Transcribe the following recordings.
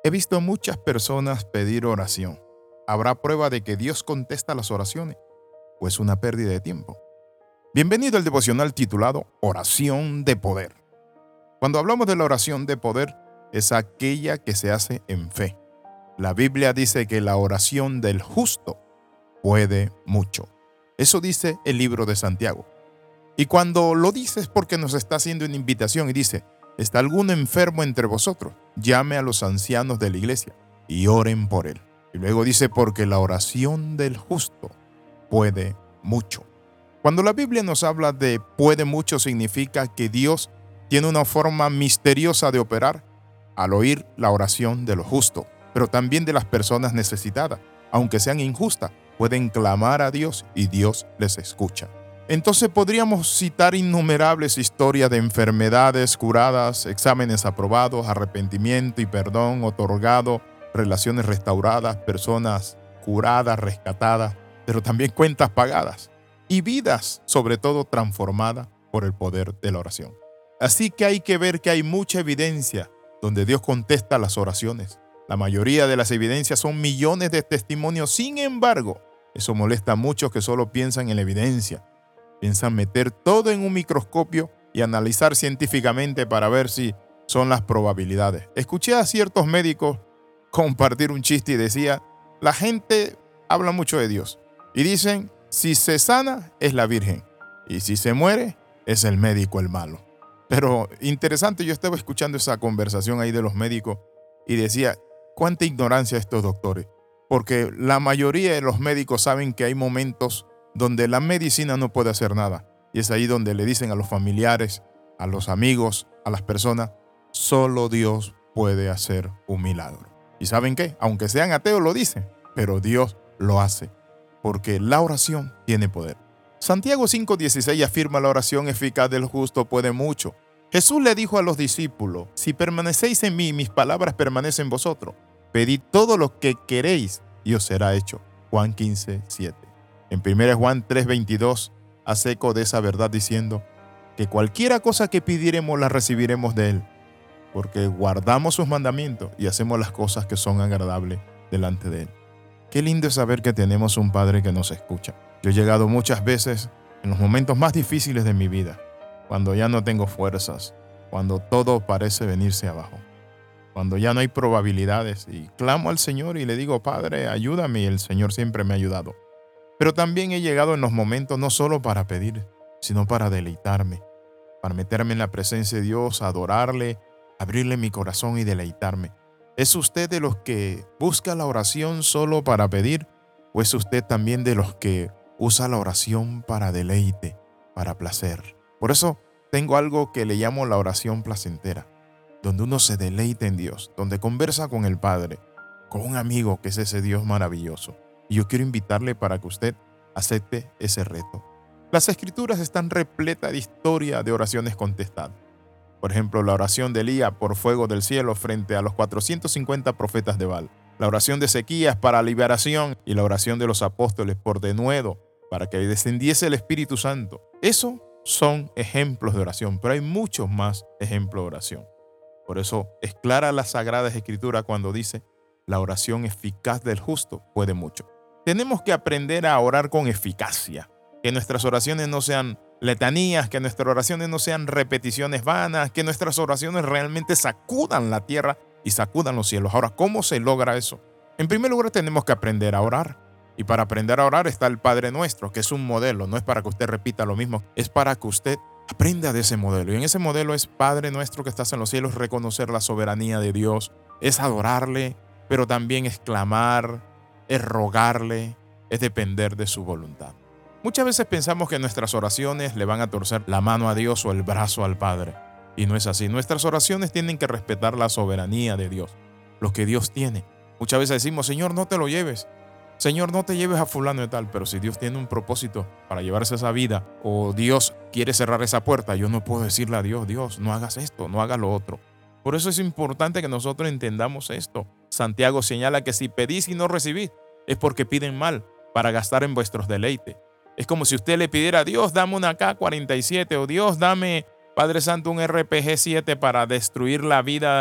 He visto muchas personas pedir oración. ¿Habrá prueba de que Dios contesta las oraciones? ¿O es una pérdida de tiempo? Bienvenido al devocional titulado Oración de Poder. Cuando hablamos de la oración de poder, es aquella que se hace en fe. La Biblia dice que la oración del justo puede mucho. Eso dice el libro de Santiago. Y cuando lo dice es porque nos está haciendo una invitación y dice: ¿está alguno enfermo entre vosotros? Llame a los ancianos de la iglesia y oren por él. Y luego dice: porque la oración del justo puede mucho. Cuando la Biblia nos habla de puede mucho, significa que Dios tiene una forma misteriosa de operar al oír la oración de los justos, pero también de las personas necesitadas. Aunque sean injustas, pueden clamar a Dios y Dios les escucha. Entonces podríamos citar innumerables historias de enfermedades curadas, exámenes aprobados, arrepentimiento y perdón otorgado, relaciones restauradas, personas curadas, rescatadas, pero también cuentas pagadas y vidas, sobre todo, transformadas por el poder de la oración. Así que hay que ver que hay mucha evidencia donde Dios contesta las oraciones. La mayoría de las evidencias son millones de testimonios. Sin embargo, eso molesta a muchos que solo piensan en la evidencia. Piensan meter todo en un microscopio y analizar científicamente para ver si son las probabilidades. Escuché a ciertos médicos compartir un chiste y decía: la gente habla mucho de Dios y dicen, si se sana es la Virgen y si se muere es el médico el malo. Pero interesante, yo estaba escuchando esa conversación ahí de los médicos y decía: cuánta ignorancia estos doctores, porque la mayoría de los médicos saben que hay momentos donde la medicina no puede hacer nada. Y es ahí donde le dicen a los familiares, a los amigos, a las personas: solo Dios puede hacer un milagro. ¿Y saben qué? Aunque sean ateos lo dicen, pero Dios lo hace, porque la oración tiene poder. Santiago 5:16 afirma: la oración eficaz del justo puede mucho. Jesús le dijo a los discípulos: si permanecéis en mí y mis palabras permanecen en vosotros, pedid todo lo que queréis y os será hecho. Juan 15:7. En 1 Juan 3:22 hace eco de esa verdad diciendo que cualquiera cosa que pidiéremos la recibiremos de Él, porque guardamos sus mandamientos y hacemos las cosas que son agradables delante de Él. Qué lindo es saber que tenemos un Padre que nos escucha. Yo he llegado muchas veces en los momentos más difíciles de mi vida, cuando ya no tengo fuerzas, cuando todo parece venirse abajo, cuando ya no hay probabilidades, y clamo al Señor y le digo: Padre, ayúdame, y el Señor siempre me ha ayudado. Pero también he llegado en los momentos no solo para pedir, sino para deleitarme, para meterme en la presencia de Dios, adorarle, abrirle mi corazón y deleitarme. ¿Es usted de los que busca la oración solo para pedir? ¿O es usted también de los que usa la oración para deleite, para placer? Por eso tengo algo que le llamo la oración placentera, donde uno se deleita en Dios, donde conversa con el Padre, con un amigo que es ese Dios maravilloso. Y yo quiero invitarle para que usted acepte ese reto. Las Escrituras están repletas de historia de oraciones contestadas. Por ejemplo, la oración de Elías por fuego del cielo frente a los 450 profetas de Baal. La oración de Ezequías para liberación y la oración de los apóstoles por denuedo para que descendiese el Espíritu Santo. Eso son ejemplos de oración, pero hay muchos más ejemplos de oración. Por eso es clara la Sagrada Escritura cuando dice: la oración eficaz del justo puede mucho. Tenemos que aprender a orar con eficacia, que nuestras oraciones no sean letanías, que nuestras oraciones no sean repeticiones vanas, que nuestras oraciones realmente sacudan la tierra y sacudan los cielos. Ahora, ¿cómo se logra eso? En primer lugar, tenemos que aprender a orar. Y para aprender a orar está el Padre Nuestro, que es un modelo. No es para que usted repita lo mismo, es para que usted aprenda de ese modelo. Y en ese modelo es: Padre Nuestro que estás en los cielos, reconocer la soberanía de Dios, es adorarle, pero también es clamar, es rogarle, es depender de su voluntad. Muchas veces pensamos que nuestras oraciones le van a torcer la mano a Dios o el brazo al Padre. Y no es así. Nuestras oraciones tienen que respetar la soberanía de Dios, lo que Dios tiene. Muchas veces decimos: Señor, no te lo lleves. Señor, no te lleves a fulano de tal. Pero si Dios tiene un propósito para llevarse esa vida, o Dios quiere cerrar esa puerta, yo no puedo decirle a Dios: Dios, no hagas esto, no hagas lo otro. Por eso es importante que nosotros entendamos esto. Santiago señala que si pedís y no recibís, es porque piden mal, para gastar en vuestros deleites. Es como si usted le pidiera: Dios, dame una K-47, o Dios, dame, Padre Santo, un RPG-7 para destruir la vida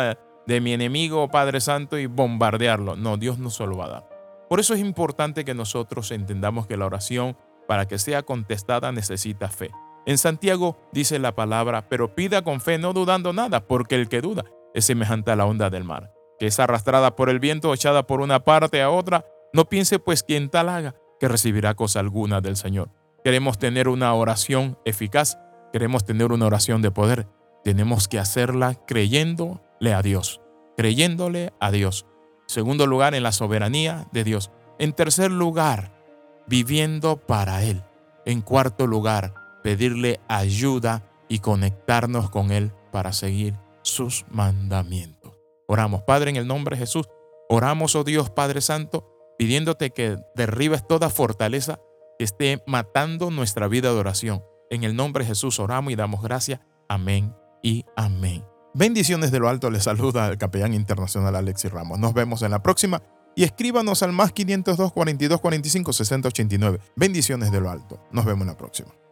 de mi enemigo, Padre Santo, y bombardearlo. No, Dios no se lo va a dar. Por eso es importante que nosotros entendamos que la oración, para que sea contestada, necesita fe. En Santiago dice la palabra, pero pida con fe, no dudando nada, porque el que duda es semejante a la onda del mar, que es arrastrada por el viento, echada por una parte a otra. No piense pues quien tal haga, que recibirá cosa alguna del Señor. Queremos tener una oración eficaz, queremos tener una oración de poder. Tenemos que hacerla creyéndole a Dios, creyéndole a Dios. En segundo lugar, en la soberanía de Dios. En tercer lugar, viviendo para Él. En cuarto lugar, pedirle ayuda y conectarnos con Él para seguir sus mandamientos. Oramos, Padre, en el nombre de Jesús. Oramos, oh Dios Padre Santo, pidiéndote que derribes toda fortaleza que esté matando nuestra vida de oración. En el nombre de Jesús oramos y damos gracias. Amén y amén. Bendiciones de lo alto. Les saluda el capellán internacional Alexis Ramos. Nos vemos en la próxima y escríbanos al +502 42 45 60 89. Bendiciones de lo alto. Nos vemos en la próxima.